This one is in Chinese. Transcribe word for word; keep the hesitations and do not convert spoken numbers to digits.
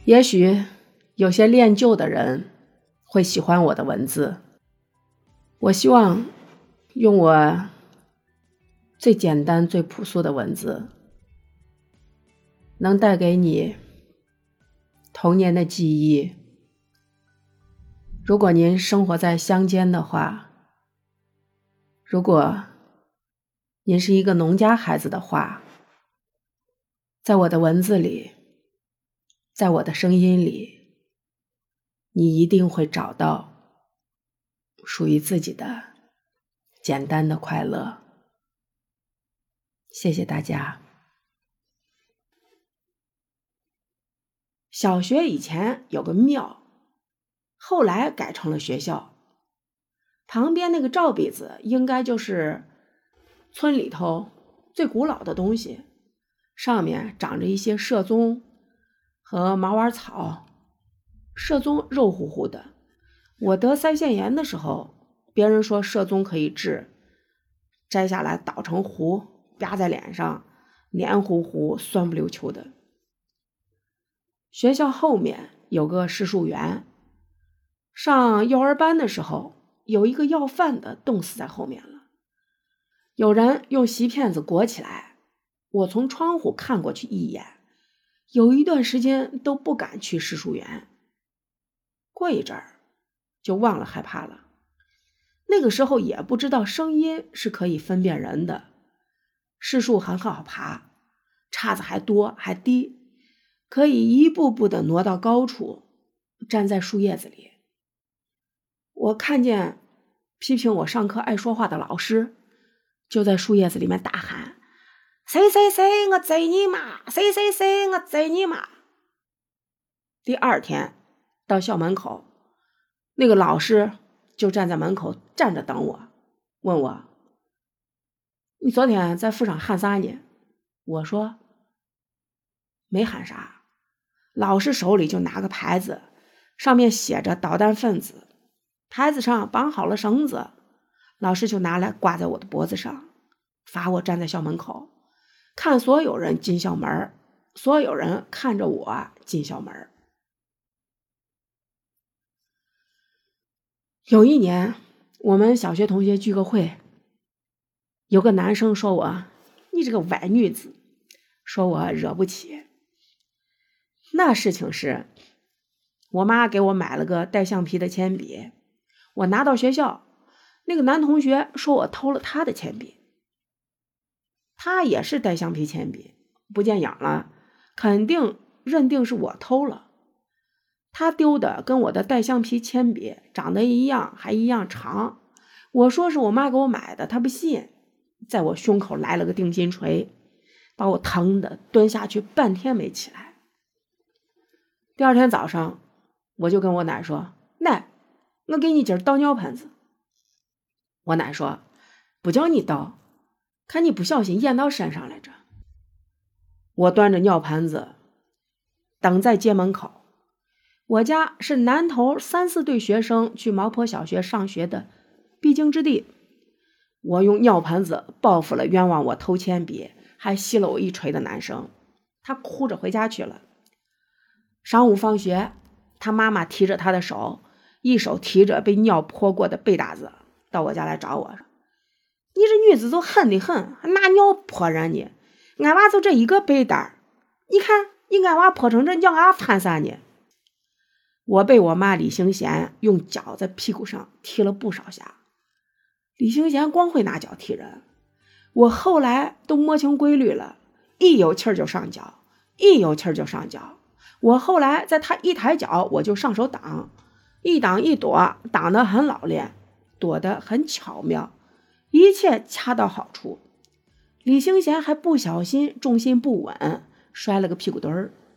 也许有些恋旧的人会喜欢我的文字，我希望用我最简单最朴素的文字能带给你童年的记忆。如果您生活在乡间的话，如果您是一个农家孩子的话，在我的文字里，在我的声音里，你一定会找到属于自己的简单的快乐。谢谢大家。小学以前有个庙，后来改成了学校。旁边那个照壁子应该就是村里头最古老的东西，上面长着一些社棕和毛丸草。社棕肉乎乎的，我得腮腺炎的时候，别人说社棕可以治，摘下来捣成糊，啪在脸上，黏糊糊酸不溜秋的。学校后面有个柿树园，上幼儿班的时候，有一个要饭的冻死在后面了，有人用锡片子裹起来，我从窗户看过去一眼，有一段时间都不敢去柿树园。过一阵儿就忘了害怕了，那个时候也不知道声音是可以分辨人的。柿树很好爬，叉子还多还低，可以一步步的挪到高处，站在树叶子里。我看见批评我上课爱说话的老师就在树叶子里面大喊，谁谁谁我宰你妈，谁谁谁我宰你妈。第二天到校门口，那个老师就站在门口站着等我，问我，你昨天在树上喊啥呢？我说没喊啥。老师手里就拿个牌子，上面写着导弹分子，牌子上绑好了绳子，老师就拿来挂在我的脖子上，罚我站在校门口，看所有人进校门，所有人看着我进校门。有一年我们小学同学聚个会，有个男生说我，你这个歪女子，说我惹不起。那事情是我妈给我买了个带橡皮的铅笔，我拿到学校，那个男同学说我偷了他的铅笔。他也是带橡皮铅笔，不见影了，肯定认定是我偷了。他丢的跟我的带橡皮铅笔长得一样，还一样长。我说是我妈给我买的，他不信，在我胸口来了个定心锤，把我疼的蹲下去半天没起来。第二天早上我就跟我奶说，奶，我给你今儿倒尿盆子。我奶说，不叫你倒，看你不小心淹到身上来着。我端着尿盆子等在街门口，我家是南头三四队学生去毛坡小学上学的必经之地。我用尿盆子报复了冤枉我偷铅笔还吸了我一锤的男生，他哭着回家去了。上午放学，他妈妈提着他的手，一手提着被尿泼过的被搭子，到我家来找我说，你这女子就狠得很，还拿尿泼人呢，俺娃就这一个被单，你看你俺娃泼成这，叫俺娃潘啥呢？我被我妈李行贤用脚在屁股上踢了不少下。李行贤光会拿脚踢人，我后来都摸清规律了，一有气儿就上脚，一有气儿就上脚。我后来在他一抬脚我就上手挡，一挡一躲，挡得很老练，躲得很巧妙，一切恰到好处。李行贤还不小心重心不稳，摔了个屁股墩儿，